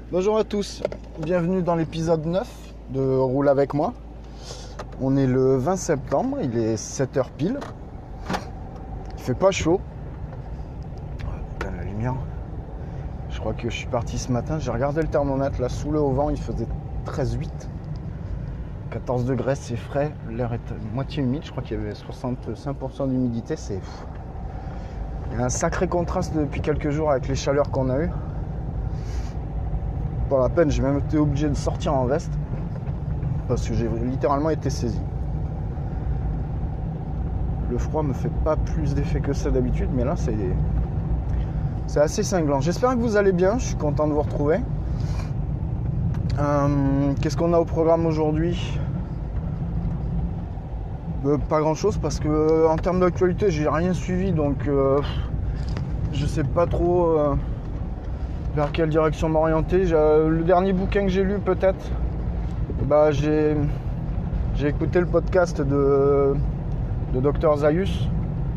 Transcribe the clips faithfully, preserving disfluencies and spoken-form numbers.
Bonjour à tous, bienvenue dans l'épisode neuf de Roule avec moi. On est le vingt septembre, il est sept heures pile. Il fait pas chaud. Oh, putain, la lumière. Je crois que je suis parti ce matin, j'ai regardé le thermomètre là sous le haut vent, il faisait treize virgule huit. quatorze degrés, c'est frais, l'air est à moitié humide, je crois qu'il y avait soixante-cinq pour cent d'humidité, c'est fou. Il y a un sacré contraste depuis quelques jours avec les chaleurs qu'on a eues. Pour la peine, j'ai même été obligé de sortir en veste parce que j'ai littéralement été saisi. Le froid me fait pas plus d'effet que ça d'habitude, mais là c'est c'est assez cinglant. J'espère que vous allez bien, je suis content de vous retrouver. Euh, qu'est-ce qu'on a au programme aujourd'hui ? euh, Pas grand chose parce que euh, en termes d'actualité, j'ai rien suivi, donc euh, je sais pas trop euh, vers quelle direction m'orienter. Le dernier bouquin que j'ai lu, peut-être, bah, j'ai, j'ai écouté le podcast de, de docteur Zaius,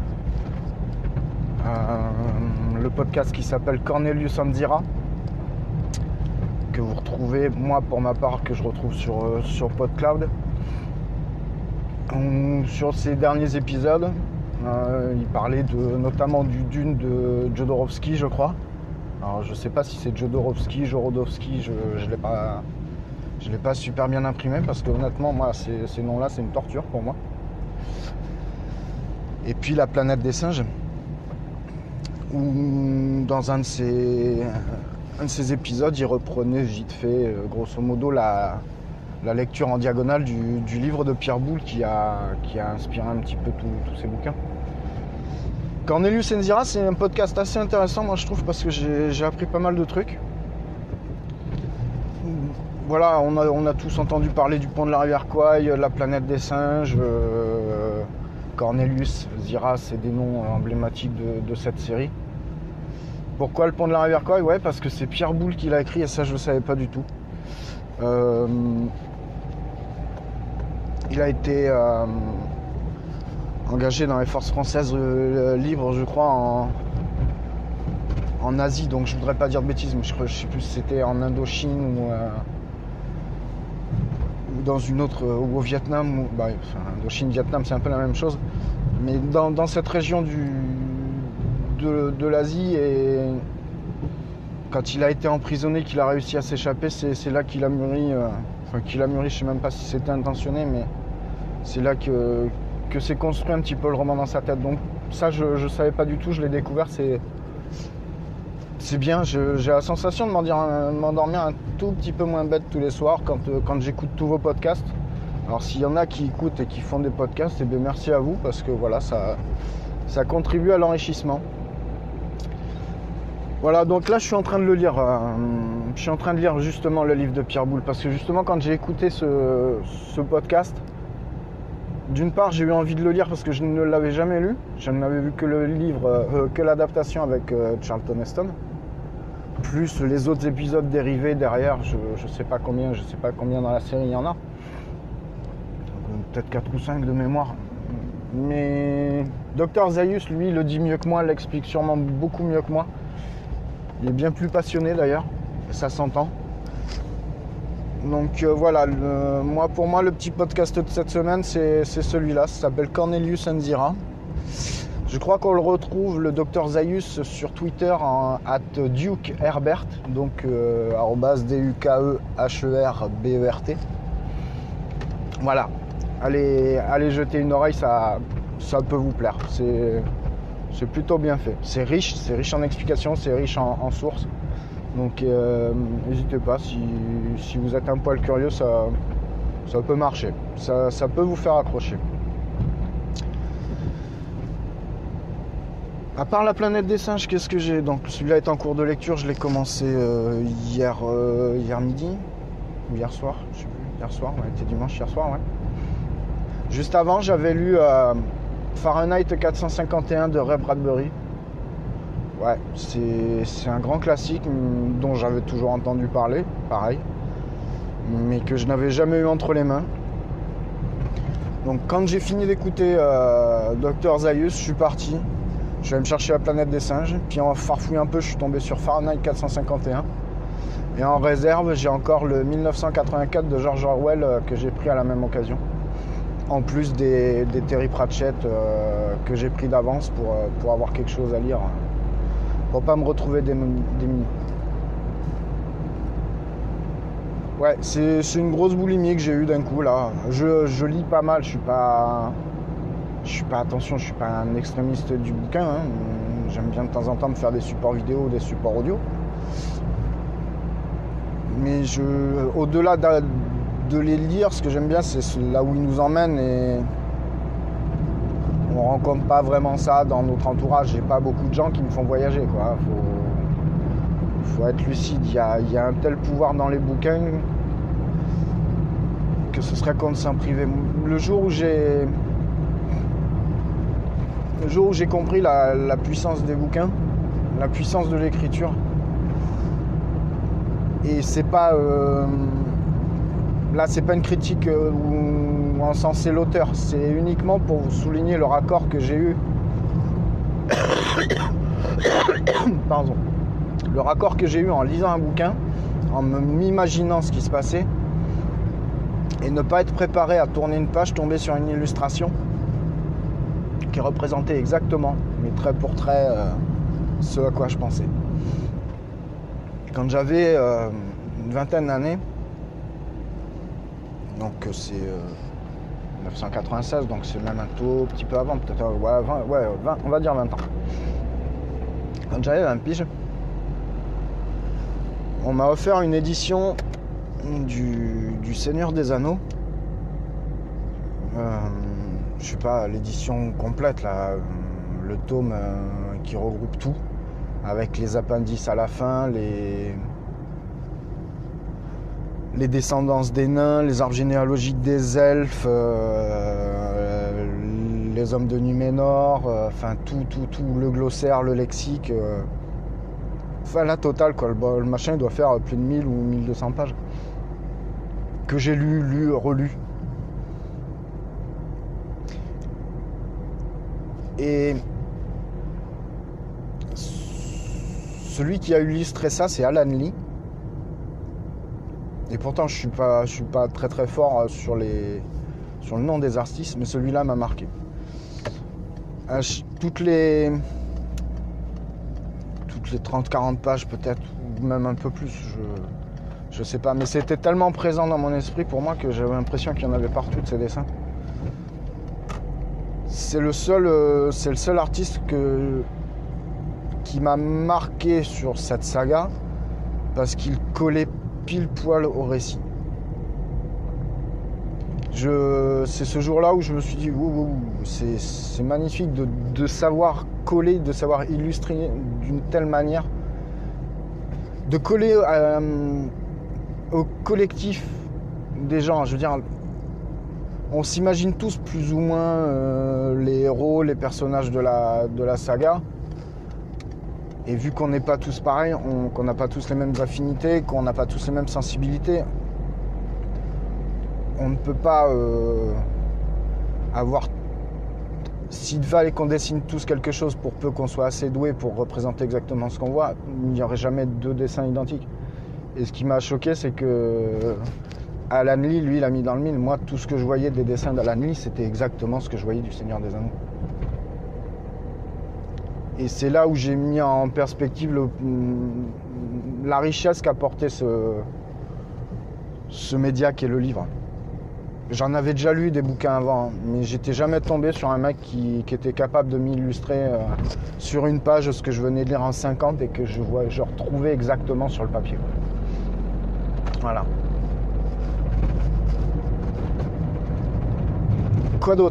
euh, le podcast qui s'appelle Cornelius Andzira, que vous retrouvez, moi pour ma part, que je retrouve sur, euh, sur PodCloud. Sur ces derniers épisodes, euh, il parlait de, notamment du Dune de Jodorowsky, je crois. Alors je sais pas si c'est Jodorowsky, Jorodowski, je ne l'ai pas, je l'ai pas super bien imprimé parce que honnêtement moi ces, ces noms-là c'est une torture pour moi. Et puis La planète des singes, où dans un de ces, un de ces épisodes il reprenait vite fait grosso modo la, la lecture en diagonale du, du livre de Pierre Boulle qui a, qui a inspiré un petit peu tous ces bouquins. Cornelius Andzira, c'est un podcast assez intéressant, moi je trouve, parce que j'ai, j'ai appris pas mal de trucs. Voilà, on a, on a tous entendu parler du pont de la rivière Kwai, La planète des singes, euh, Cornelius Andzira, c'est des noms emblématiques de, de cette série. Pourquoi le pont de la rivière Kwai ? Ouais, parce que c'est Pierre Boulle qui l'a écrit et ça je ne savais pas du tout. Euh, il a été... Euh, engagé dans les forces françaises euh, libres, je crois, en, en Asie, donc je voudrais pas dire de bêtises, mais je ne sais plus si c'était en Indochine ou, euh, ou dans une autre, euh, ou au Vietnam, ou, bah, enfin, Indochine, Vietnam, c'est un peu la même chose, mais dans, dans cette région du, de, de l'Asie, et quand il a été emprisonné, qu'il a réussi à s'échapper, c'est, c'est là qu'il a mûri, euh, enfin qu'il a mûri, je sais même pas si c'était intentionné, mais c'est là que que s'est construit un petit peu le roman dans sa tête. Donc ça je ne savais pas du tout, je l'ai découvert, c'est, c'est bien, je, j'ai la sensation de m'endormir un tout petit peu moins bête tous les soirs quand, quand j'écoute tous vos podcasts. Alors s'il y en a qui écoutent et qui font des podcasts, eh bien merci à vous parce que voilà, ça, ça contribue à l'enrichissement. Voilà, donc là je suis en train de le lire, euh, je suis en train de lire justement le livre de Pierre Boulle parce que justement quand j'ai écouté ce, ce podcast, d'une part, j'ai eu envie de le lire parce que je ne l'avais jamais lu. Je n'avais vu que le livre, euh, que l'adaptation avec euh, Charlton Heston. Plus les autres épisodes dérivés derrière, je ne sais pas combien, je sais pas combien dans la série il y en a. Peut-être quatre ou cinq de mémoire. Mais docteur Zaius, lui, le dit mieux que moi, l'explique sûrement beaucoup mieux que moi. Il est bien plus passionné d'ailleurs, ça s'entend. Donc euh, voilà, le, moi, pour moi, le petit podcast de cette semaine, c'est, c'est celui-là. Ça s'appelle Cornelius Andzira. Je crois qu'on le retrouve, le docteur Zaius, sur Twitter en at Duke Herbert, donc euh, arobase D U K E H E R B E R T. Voilà, allez, allez jeter une oreille, ça, ça peut vous plaire. C'est, c'est plutôt bien fait. C'est riche, c'est riche en explications, c'est riche en, en sources. Donc euh, n'hésitez pas, si, si vous êtes un poil curieux, ça, ça peut marcher, ça, ça peut vous faire accrocher. À part La planète des singes, qu'est-ce que j'ai ? Donc celui-là est en cours de lecture, je l'ai commencé euh, hier, euh, hier midi, ou hier soir, je sais plus, hier soir, ouais, c'était dimanche, hier soir, ouais. Juste avant, j'avais lu euh, Fahrenheit quatre cent cinquante et un de Ray Bradbury. Ouais, c'est, c'est un grand classique dont j'avais toujours entendu parler, pareil, mais que je n'avais jamais eu entre les mains. Donc quand j'ai fini d'écouter euh, docteur Zaius, je suis parti. Je vais me chercher La planète des singes, puis en farfouillant un peu, je suis tombé sur Fahrenheit quatre cent cinquante et un. Et en réserve, j'ai encore le mille neuf cent quatre-vingt-quatre de George Orwell euh, que j'ai pris à la même occasion. En plus des, des Terry Pratchett euh, que j'ai pris d'avance pour, euh, pour avoir quelque chose à lire. Pour pas me retrouver démuni. Ouais, c'est, c'est une grosse boulimie que j'ai eue d'un coup là. Je, je lis pas mal, je suis pas. Je suis pas, attention, je suis pas un extrémiste du bouquin. Hein. J'aime bien de temps en temps me faire des supports vidéo ou des supports audio. Mais je, au-delà de, de les lire, ce que j'aime bien, c'est là où ils nous emmènent et on rencontre pas vraiment ça dans notre entourage. J'ai pas beaucoup de gens qui me font voyager, quoi. Faut, faut être lucide. Il y a, il y a un tel pouvoir dans les bouquins que ce serait con de s'en priver. Le jour où j'ai Le jour où j'ai compris la, la puissance des bouquins, la puissance de l'écriture, et c'est pas euh, là c'est pas une critique euh, où encenser l'auteur, c'est uniquement pour vous souligner le raccord que j'ai eu pardon le raccord que j'ai eu en lisant un bouquin, en m'imaginant ce qui se passait et ne pas être préparé à tourner une page, tomber sur une illustration qui représentait exactement, mais trait pour trait, euh, ce à quoi je pensais. Quand j'avais euh, une vingtaine d'années, donc c'est euh, mille neuf cent quatre-vingt-seize, donc c'est même un tout petit peu avant, peut-être ouais, vingt, ouais vingt, on va dire vingt ans. Quand j'avais vingt piges, on m'a offert une édition du, du Seigneur des Anneaux. Euh, je sais pas, l'édition complète, là, le tome euh, qui regroupe tout, avec les appendices à la fin, les, les descendances des nains, les arbres généalogiques des elfes, euh, les hommes de Numénor, euh, enfin tout, tout, tout, le glossaire, le lexique, euh, enfin la totale, quoi. Le, le machin il doit faire plus de mille ou mille deux cents pages, que j'ai lu, lu, relu. Et celui qui a illustré ça, c'est Alan Lee. Et pourtant, je suis pas, je suis pas très très fort sur les, sur le nom des artistes, mais celui-là m'a marqué. Toutes les, toutes les trente quarante pages peut-être, ou même un peu plus, je, je sais pas. Mais c'était tellement présent dans mon esprit pour moi que j'avais l'impression qu'il y en avait partout de ces dessins. C'est le seul, euh, c'est le seul artiste que, qui m'a marqué sur cette saga parce qu'il collait pile poil au récit. Je, c'est ce jour-là où je me suis dit, ouh, ouh, c'est, c'est magnifique de, de savoir coller, de savoir illustrer d'une telle manière, de coller euh, au collectif des gens. Je veux dire, on s'imagine tous plus ou moins euh, les héros, les personnages de la, de la saga. Et vu qu'on n'est pas tous pareils, on, qu'on n'a pas tous les mêmes affinités, qu'on n'a pas tous les mêmes sensibilités, on ne peut pas euh, avoir... S'il fallait qu'on dessine tous quelque chose, pour peu qu'on soit assez doué pour représenter exactement ce qu'on voit, il n'y aurait jamais deux dessins identiques. Et ce qui m'a choqué, c'est que Alan Lee, lui, il a mis dans le mille. Moi, tout ce que je voyais des dessins d'Alan Lee, c'était exactement ce que je voyais du Seigneur des Anneaux. Et c'est là où j'ai mis en perspective le, la richesse qu'apportait ce, ce média qu'est le livre. J'en avais déjà lu des bouquins avant, mais j'étais jamais tombé sur un mec qui, qui était capable de m'illustrer euh, sur une page ce que je venais de lire en cinquante et que je, vois, je retrouvais exactement sur le papier. Voilà. Quoi d'autre ?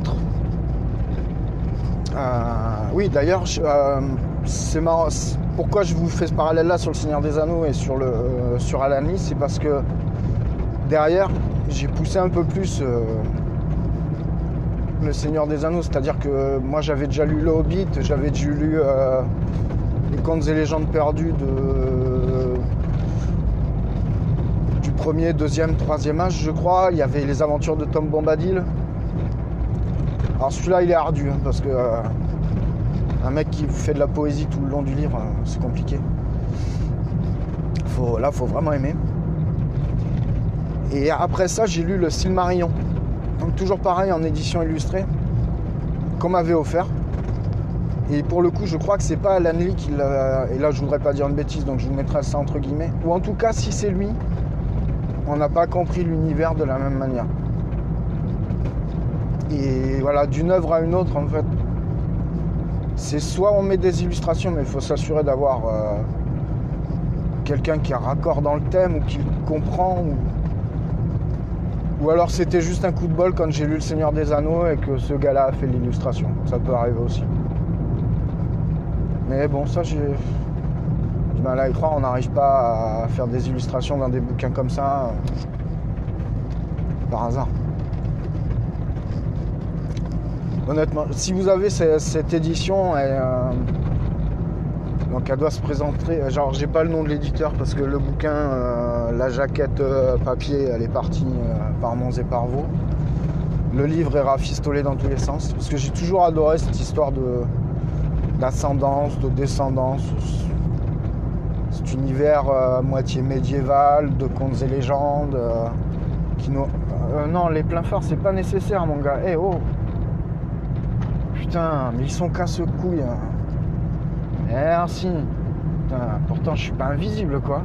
Euh, oui, d'ailleurs, je, euh, c'est marrant. C'est, pourquoi je vous fais ce parallèle-là sur le Seigneur des Anneaux et sur, le, euh, sur Alan Lee, c'est parce que derrière, j'ai poussé un peu plus euh, le Seigneur des Anneaux. C'est-à-dire que moi, j'avais déjà lu Le Hobbit, j'avais déjà lu euh, les Contes et légendes perdues de, du premier, deuxième, troisième âge, je crois. Il y avait les aventures de Tom Bombadil. Alors celui-là il est ardu hein, parce que euh, un mec qui fait de la poésie tout le long du livre, euh, c'est compliqué. Faut, là, faut vraiment aimer. Et après ça, j'ai lu le Silmarillion. Donc toujours pareil en édition illustrée, qu'on m'avait offert. Et pour le coup, je crois que c'est pas Alan Lee qui l'a... Et là, je voudrais pas dire une bêtise, donc je vous mettrai ça entre guillemets. Ou en tout cas, si c'est lui, on n'a pas compris l'univers de la même manière. Et voilà, d'une œuvre à une autre, en fait, c'est soit on met des illustrations, mais il faut s'assurer d'avoir euh, quelqu'un qui est raccord dans le thème ou qui le comprend. Ou... ou alors c'était juste un coup de bol quand j'ai lu Le Seigneur des Anneaux et que ce gars-là a fait l'illustration. Ça peut arriver aussi. Mais bon, ça, j'ai du mal à y croire. On n'arrive pas à faire des illustrations dans des bouquins comme ça euh, par hasard. Honnêtement, si vous avez cette, cette édition, elle, euh, donc elle doit se présenter. Genre, j'ai pas le nom de l'éditeur parce que le bouquin, euh, la jaquette euh, papier, elle est partie euh, par Mons et par Vaux. Le livre est rafistolé dans tous les sens parce que j'ai toujours adoré cette histoire de d'ascendance, de descendance, cet univers euh, à moitié médiéval, de contes et légendes. Euh, qui nous... euh, non, les pleins phares, c'est pas nécessaire, mon gars. Eh oh! Putain, mais ils sont casse-couilles. Hein. Merci. Putain, pourtant, je suis pas invisible, quoi.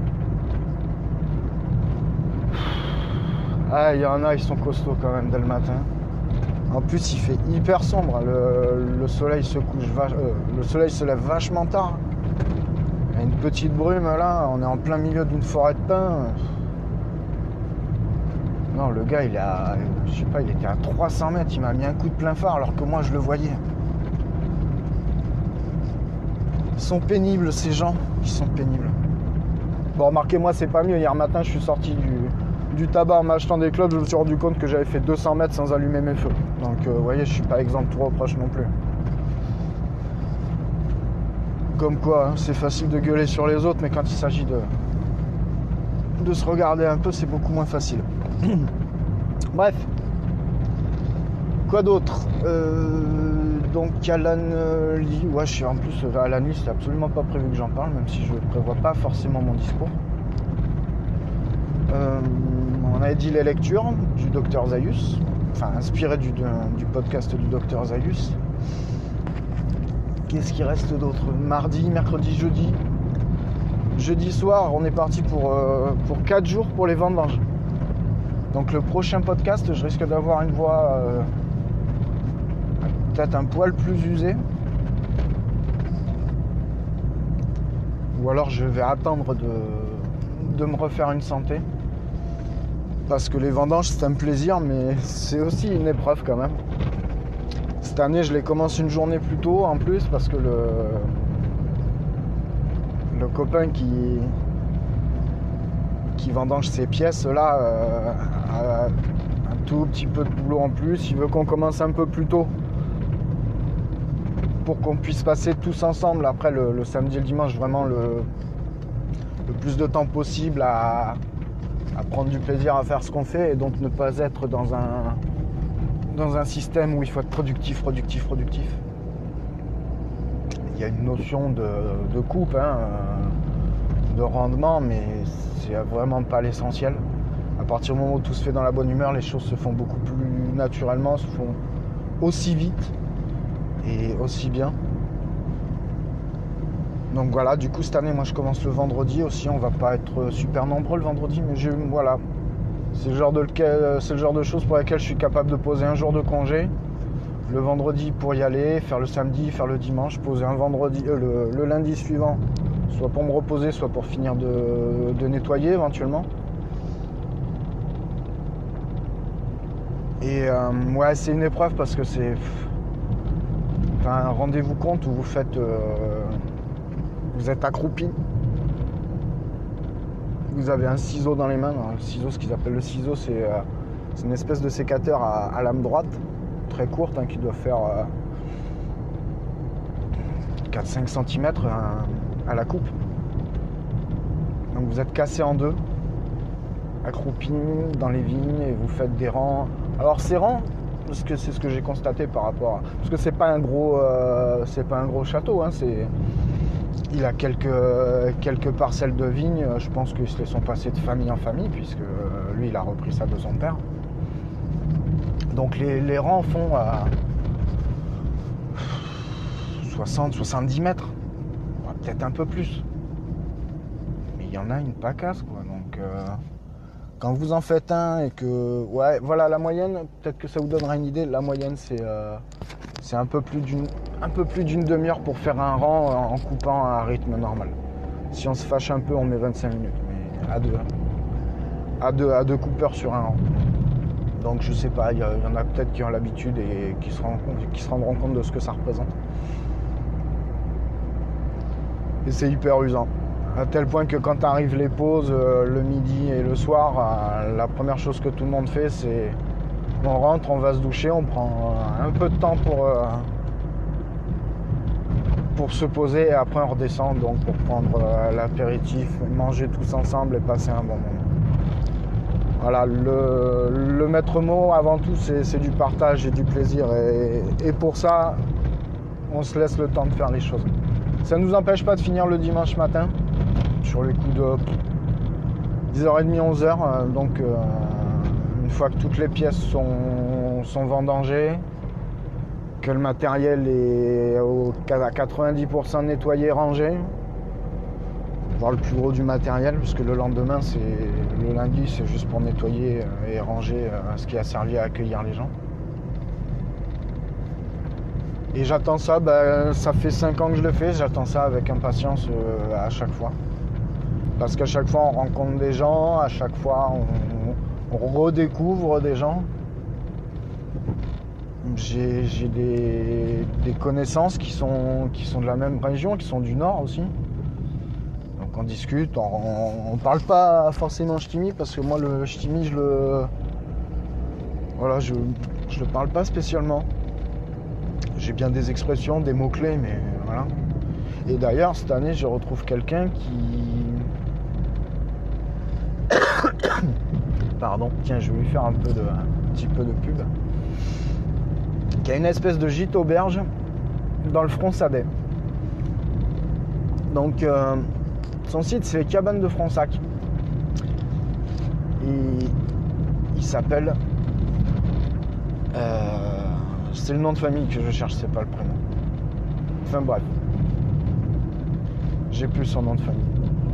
Ah, il y en a, ils sont costauds quand même dès le matin. En plus, il fait hyper sombre. Le, le soleil se couche, vache, euh, le soleil se lève vachement tard. Il y a une petite brume là. On est en plein milieu d'une forêt de pins. Non, le gars, il a, je sais pas, il était à trois cents mètres. Il m'a mis un coup de plein phare alors que moi, je le voyais. Ils sont pénibles, ces gens. Ils sont pénibles. Bon, remarquez-moi, c'est pas mieux. Hier matin, je suis sorti du, du tabac en m'achetant des clopes. Je me suis rendu compte que j'avais fait deux cents mètres sans allumer mes feux. Donc, euh, vous voyez, je suis pas exempt de tout reproche non plus. Comme quoi, hein, c'est facile de gueuler sur les autres, mais quand il s'agit de, de se regarder un peu, c'est beaucoup moins facile. Bref. Quoi d'autre euh, Donc Alan Lee, ouais, je suis en plus Alan Lee, c'est absolument pas prévu que j'en parle, même si je ne prévois pas forcément mon discours. Euh, on avait dit les lectures du docteur Zaius, enfin inspiré du, de, du podcast du docteur Zaius. Qu'est-ce qui reste d'autre? Mardi, mercredi, jeudi. Jeudi soir, on est parti pour, euh, pour quatre jours pour les vendanges. Donc le prochain podcast, je risque d'avoir une voix euh, peut-être un poil plus usée. Ou alors je vais attendre de, de me refaire une santé. Parce que les vendanges, c'est un plaisir, mais c'est aussi une épreuve quand même. Cette année, je les commence une journée plus tôt en plus, parce que le, le copain qui... qui vendange ses pièces là euh, a un tout petit peu de boulot en plus. Il veut qu'on commence un peu plus tôt pour qu'on puisse passer tous ensemble après le, le samedi et le dimanche vraiment le, le plus de temps possible à, à prendre du plaisir à faire ce qu'on fait et donc ne pas être dans un dans un système où il faut être productif, productif, productif. Il y a une notion de, de coupe, hein, de rendement, mais c'est vraiment pas l'essentiel. À partir du moment où tout se fait dans la bonne humeur, les choses se font beaucoup plus naturellement, se font aussi vite et aussi bien. Donc voilà, du coup cette année, moi je commence le vendredi aussi. On va pas être super nombreux le vendredi, mais je, voilà, c'est le genre de c'est le genre de choses pour lesquelles je suis capable de poser un jour de congé. Le vendredi pour y aller, faire le samedi, faire le dimanche, poser un vendredi, euh, le, le lundi suivant, soit pour me reposer, soit pour finir de, de nettoyer éventuellement. Et euh, ouais, c'est une épreuve parce que c'est... Enfin, rendez-vous compte où vous faites... Euh, vous êtes accroupi. Vous avez un ciseau dans les mains. Le ciseau, ce qu'ils appellent le ciseau, c'est, euh, c'est une espèce de sécateur à, à lame droite, très courte, hein, qui doit faire euh, quatre à cinq centimètres à, à la coupe. Donc vous êtes cassé en deux, accroupi dans les vignes et vous faites des rangs. Alors ces rangs, parce que c'est ce que j'ai constaté par rapport à... Parce que c'est pas un gros, euh, c'est pas un gros château, hein, c'est... Il a quelques, quelques parcelles de vignes. Je pense qu'ils se les sont passées de famille en famille, puisque lui, il a repris ça de son père. Donc les, les rangs font à soixante soixante-dix mètres. Peut-être un peu plus. Mais il y en a une pacasse, quoi. Donc euh, quand vous en faites un et que... Ouais, voilà, la moyenne, peut-être que ça vous donnera une idée. La moyenne, c'est... Euh, C'est un peu plus d'une un peu plus d'une demi-heure pour faire un rang en coupant à un rythme normal. Si on se fâche un peu, on met vingt-cinq minutes, mais à deux, à deux, à deux coupeurs sur un rang. Donc je sais pas, il y, y en a peut-être qui ont l'habitude et qui se, rendent, qui se rendront compte de ce que ça représente. Et c'est hyper usant. À tel point que quand arrivent les pauses, euh, le midi et le soir, euh, la première chose que tout le monde fait, c'est on rentre, on va se doucher, on prend un peu de temps pour, euh, pour se poser et après on redescend donc pour prendre euh, l'apéritif, manger tous ensemble et passer un bon moment. Voilà, le, le maître mot avant tout c'est, c'est du partage et du plaisir et, et pour ça on se laisse le temps de faire les choses. Ça ne nous empêche pas de finir le dimanche matin sur les coups de dix heures trente, onze heures, donc euh, une fois que toutes les pièces sont, sont vendangées, que le matériel est au, à quatre-vingt-dix pour cent nettoyé, rangé, voire le plus gros du matériel, puisque le lendemain, c'est, le lundi, c'est juste pour nettoyer et ranger ce qui a servi à accueillir les gens. Et j'attends ça, ben, ça fait cinq ans que je le fais, j'attends ça avec impatience euh, à chaque fois. Parce qu'à chaque fois, on rencontre des gens, à chaque fois, on, on redécouvre des gens. J'ai, j'ai des, des connaissances qui sont, qui sont de la même région, qui sont du Nord aussi. Donc on discute, on ne parle pas forcément ch'timi, parce que moi, le ch'timi, je le... Voilà, je ne le parle pas spécialement. J'ai bien des expressions, des mots-clés, mais voilà. Et d'ailleurs, cette année, je retrouve quelqu'un qui... Pardon, tiens, je vais lui faire un, peu de, un petit peu de pub. Qui a une espèce de gîte auberge dans le Fronçadet. Donc, euh, son site, c'est les Cabanes de Fronsac. Et il s'appelle... Euh, c'est le nom de famille que je cherche, c'est pas le prénom. Enfin bref. J'ai plus son nom de famille.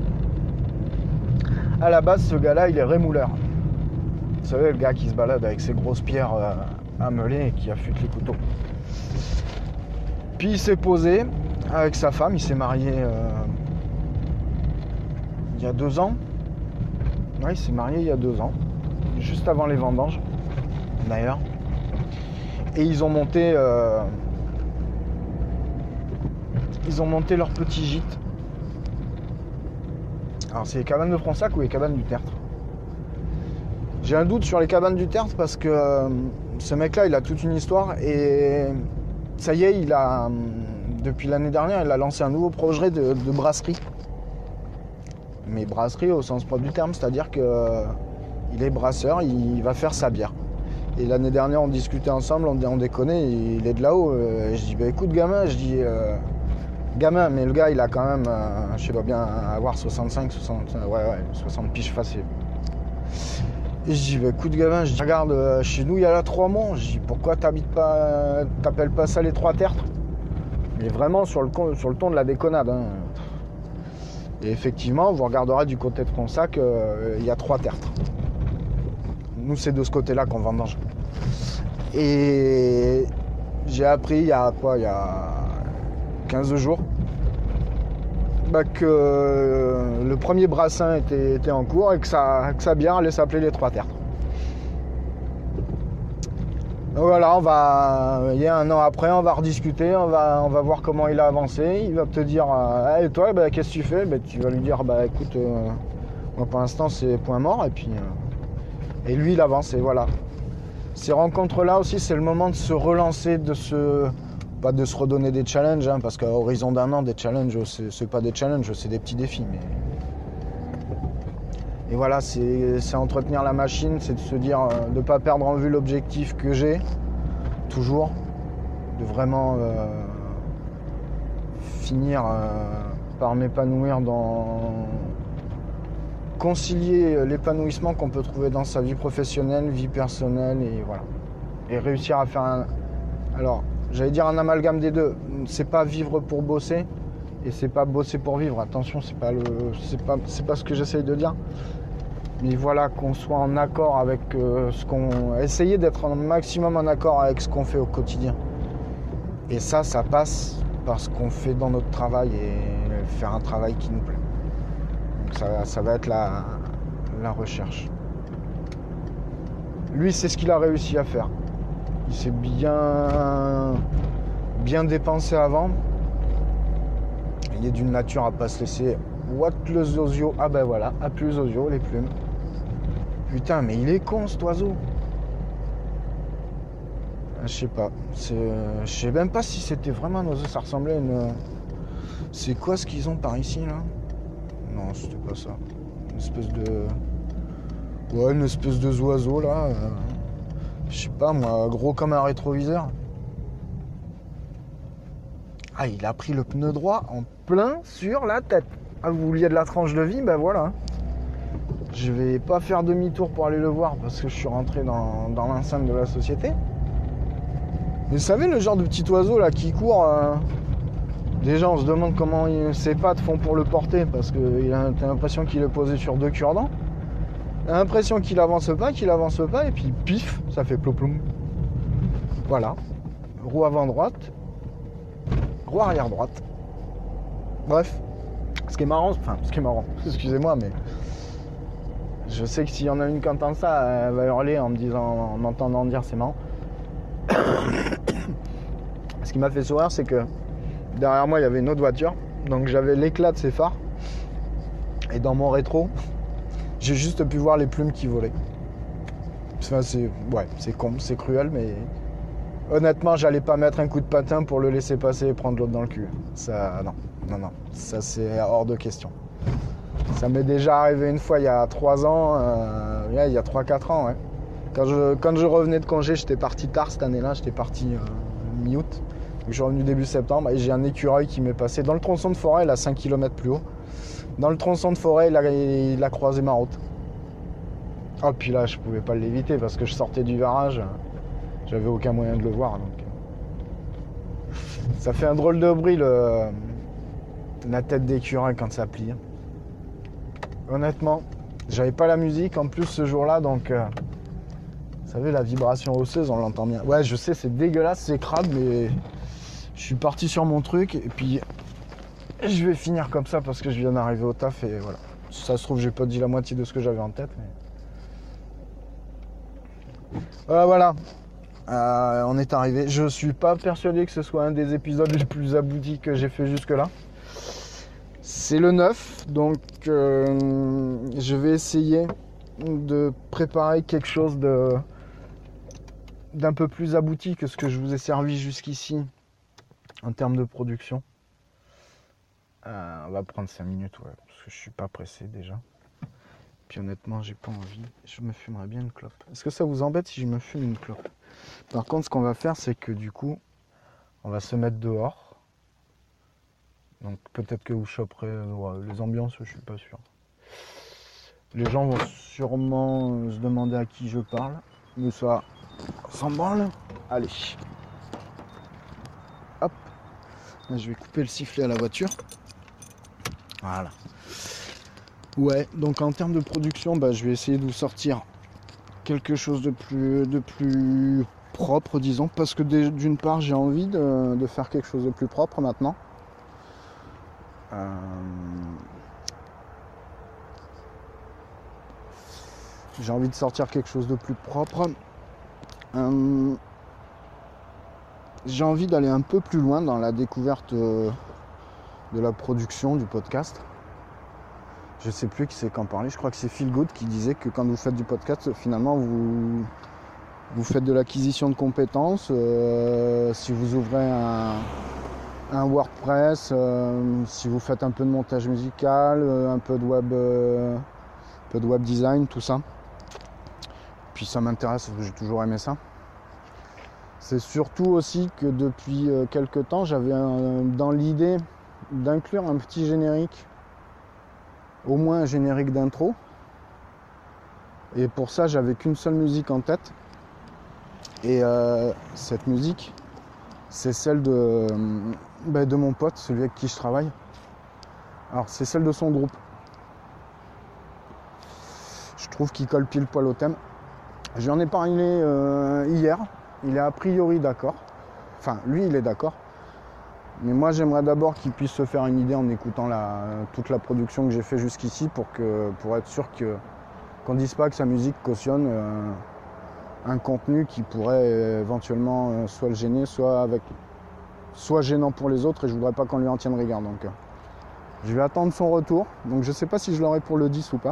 À la base, ce gars-là, il est rémouleur. Vous savez, le gars qui se balade avec ses grosses pierres euh, à meuler et qui affûte les couteaux. Puis il s'est posé avec sa femme, il s'est marié euh, il y a deux ans. Ouais, il s'est marié il y a deux ans, juste avant les vendanges, d'ailleurs. Et ils ont monté, euh, ils ont monté leur petit gîte. Alors c'est les cabanes de Fronsac ou les cabanes du Tertre? J'ai un doute sur les cabanes du Tertre parce que euh, ce mec-là, il a toute une histoire et ça y est, il a, depuis l'année dernière, il a lancé un nouveau projet de, de brasserie. Mais brasserie au sens propre du terme, c'est-à-dire qu'il euh, est brasseur, il va faire sa bière. Et l'année dernière, on discutait ensemble, on, on déconnait, il est de là-haut. Euh, je dis, bah écoute gamin, je dis, euh, gamin, mais le gars, il a quand même, euh, je sais pas bien, avoir soixante-cinq, soixante, ouais, ouais, soixante piges facile. Et je dis, bah écoute gamin, je dis, regarde, euh, chez nous, il y a là trois monts. Je dis, pourquoi t'habites pas, t'appelles pas ça les trois tertres? Mais vraiment sur le, sur le ton de la déconnade. Hein. Et effectivement, vous regarderez du côté de Fronsac, euh, il y a trois tertres. Nous, c'est de ce côté-là qu'on vendange. Et j'ai appris il y a quoi, il y a quinze jours, bah, que le premier brassin était, était en cours et que sa, que sa bière allait s'appeler les trois tertres. Donc voilà, on va, il y a un an après, on va rediscuter, on va, on va voir comment il a avancé. Il va te dire, euh, hey, toi, bah, qu'est-ce que tu fais? Bah, tu vas lui dire, bah écoute, euh, moi pour l'instant c'est point mort et puis. Euh, Et lui, il avance, et voilà. Ces rencontres-là aussi, c'est le moment de se relancer, de se... Pas de se redonner des challenges, hein, parce qu'à horizon d'un an, des challenges, c'est, c'est pas des challenges, c'est des petits défis. Mais... Et voilà, c'est, c'est entretenir la machine, c'est de se dire, de ne pas perdre en vue l'objectif que j'ai, toujours, de vraiment euh, finir, euh, par m'épanouir dans... concilier l'épanouissement qu'on peut trouver dans sa vie professionnelle, vie personnelle, et voilà. Et réussir à faire un... Alors, j'allais dire un amalgame des deux. C'est pas vivre pour bosser, et c'est pas bosser pour vivre. Attention, c'est pas le... c'est pas... c'est pas ce que j'essaye de dire. Mais voilà, qu'on soit en accord avec euh, ce qu'on... Essayer d'être un maximum en accord avec ce qu'on fait au quotidien. Et ça, ça passe par ce qu'on fait dans notre travail et faire un travail qui nous plaît. Donc ça, ça va être la, la recherche. Lui, c'est ce qu'il a réussi à faire. Il s'est bien, bien dépensé avant. Il est d'une nature à pas se laisser... What le zozio? Ah ben voilà, à plus zozio, les plumes. Putain, mais il est con cet oiseau. Je sais pas. C'est... Je sais même pas si c'était vraiment un oiseau. Ça ressemblait à une... C'est quoi ce qu'ils ont par ici là? Non, c'était pas ça. Une espèce de... Ouais, une espèce de oiseau là. Euh... Je sais pas moi, gros comme un rétroviseur. Ah, il a pris le pneu droit en plein sur la tête. Ah, vous vouliez de la tranche de vie? Ben voilà. Je vais pas faire demi-tour pour aller le voir parce que je suis rentré dans, dans l'enceinte de la société. Mais vous savez, le genre de petit oiseau là qui court, euh, déjà on se demande comment il, ses pattes font pour le porter parce que t'as l'impression qu'il est posé sur deux cure-dents. T'as l'impression qu'il avance pas, qu'il avance pas, et puis pif, ça fait ploploum. Voilà. Roue avant droite, roue arrière droite. Bref. Ce qui est marrant, enfin, ce qui est marrant, excusez-moi, mais je sais que s'il y en a une qui entend ça, elle va hurler en me disant, en m'entendant dire c'est marrant. Ce qui m'a fait sourire, c'est que derrière moi, il y avait une autre voiture, donc j'avais l'éclat de ses phares, et dans mon rétro, j'ai juste pu voir les plumes qui volaient. Enfin, c'est, ouais, c'est con, c'est cruel, mais honnêtement, j'allais pas mettre un coup de patin pour le laisser passer et prendre l'autre dans le cul. Ça, non, non, non, ça c'est hors de question. Ça m'est déjà arrivé une fois il y a trois ans, euh, ouais, il y a trois quatre ans, ouais. Quand je, quand je revenais de congé, j'étais parti tard cette année-là, j'étais parti euh, mi-août. Je suis revenu début septembre et j'ai un écureuil qui m'est passé dans le tronçon de forêt, là, cinq kilomètres plus haut. Dans le tronçon de forêt, il a, il a croisé ma route. Oh, puis là, je pouvais pas l'éviter parce que je sortais du virage. J'avais aucun moyen de le voir. Donc... Ça fait un drôle de bruit, le... la tête d'écureuil quand ça plie. Honnêtement, j'avais pas la musique en plus ce jour-là, donc... Euh... Vous savez, la vibration osseuse, on l'entend bien. Ouais, je sais, c'est dégueulasse, c'est crade, mais... Je suis parti sur mon truc, et puis... Je vais finir comme ça parce que je viens d'arriver au taf, et voilà. Si ça se trouve, j'ai pas dit la moitié de ce que j'avais en tête, mais... Voilà, voilà. Euh, on est arrivé. Je suis pas persuadé que ce soit un des épisodes les plus aboutis que j'ai fait jusque-là. C'est le neuf, donc euh, je vais essayer de préparer quelque chose de d'un peu plus abouti que ce que je vous ai servi jusqu'ici en termes de production. Euh, on va prendre cinq minutes, ouais, parce que je suis pas pressé déjà. Puis honnêtement, j'ai pas envie. Je me fumerais bien une clope. Est-ce que ça vous embête si je me fume une clope? Par contre, ce qu'on va faire, c'est que du coup, on va se mettre dehors. Donc peut-être que vous choperez ouais, les ambiances, je suis pas sûr. Les gens vont sûrement se demander à qui je parle. Mais ça, on s'en branle. Allez. Hop. Là, je vais couper le sifflet à la voiture. Voilà. Ouais, donc en termes de production, bah, je vais essayer de vous sortir quelque chose de plus, de plus propre, disons, parce que d'une part, j'ai envie de, de faire quelque chose de plus propre maintenant. Euh... J'ai envie de sortir quelque chose de plus propre. Euh... J'ai envie d'aller un peu plus loin dans la découverte de la production du podcast. Je sais plus qui c'est qu'en parlait, je crois que c'est Feel Good qui disait que quand vous faites du podcast, finalement vous, vous faites de l'acquisition de compétences. Euh, si vous ouvrez un, un WordPress, euh, si vous faites un peu de montage musical, euh, un peu de web, euh, un peu de web design, tout ça. Puis ça m'intéresse parce que j'ai toujours aimé ça. C'est surtout aussi que depuis quelques temps, j'avais un, dans l'idée d'inclure un petit générique, au moins un générique d'intro. Et pour ça, j'avais qu'une seule musique en tête. Et euh, cette musique, c'est celle de, bah, de mon pote, celui avec qui je travaille. Alors, c'est celle de son groupe. Je trouve qu'il colle pile poil au thème. Je lui en ai parlé euh, hier. Il est a priori d'accord. Enfin, lui, il est d'accord. Mais moi, j'aimerais d'abord qu'il puisse se faire une idée en écoutant la, toute la production que j'ai fait jusqu'ici pour, que, pour être sûr que, qu'on ne dise pas que sa musique cautionne euh, un contenu qui pourrait éventuellement euh, soit le gêner, soit, avec, soit gênant pour les autres, et je voudrais pas qu'on lui en tienne rigueur. Donc, euh, je vais attendre son retour. Donc, je sais pas si je l'aurai pour le dix ou pas.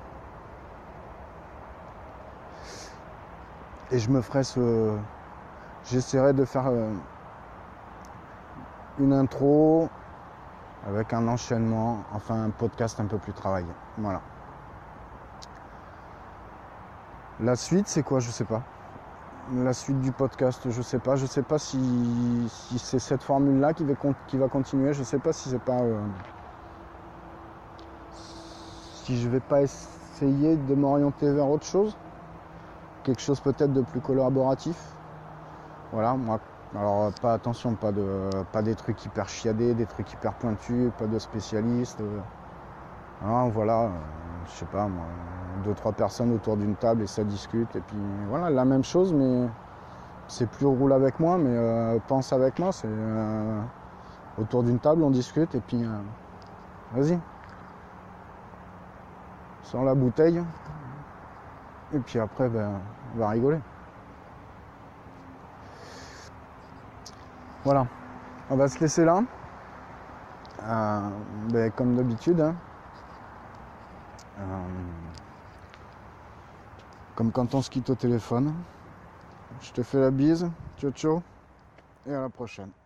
Et je me ferai ce... J'essaierai de faire euh, une intro avec un enchaînement, enfin un podcast un peu plus travaillé. Voilà. La suite, c'est quoi? Je sais pas. La suite du podcast, je sais pas. Je sais pas si, si c'est cette formule-là qui va, qui va continuer. Je sais pas si c'est pas... Euh, si je vais pas essayer de m'orienter vers autre chose. Quelque chose peut-être de plus collaboratif. Voilà, moi, alors pas attention, pas, de, pas des trucs hyper chiadés, des trucs hyper pointus, pas de spécialistes. Hein, voilà, euh, je sais pas moi, deux, trois personnes autour d'une table et ça discute. Et puis voilà, la même chose, mais c'est plus roule avec moi, mais euh, pense avec moi, c'est euh, autour d'une table, on discute et puis euh, vas-y. Sors la bouteille. Et puis après, ben, on va rigoler. Voilà, on va se laisser là. Euh, ben, comme d'habitude. Hein. Euh, comme quand on se quitte au téléphone. Je te fais la bise. Ciao, ciao. Et à la prochaine.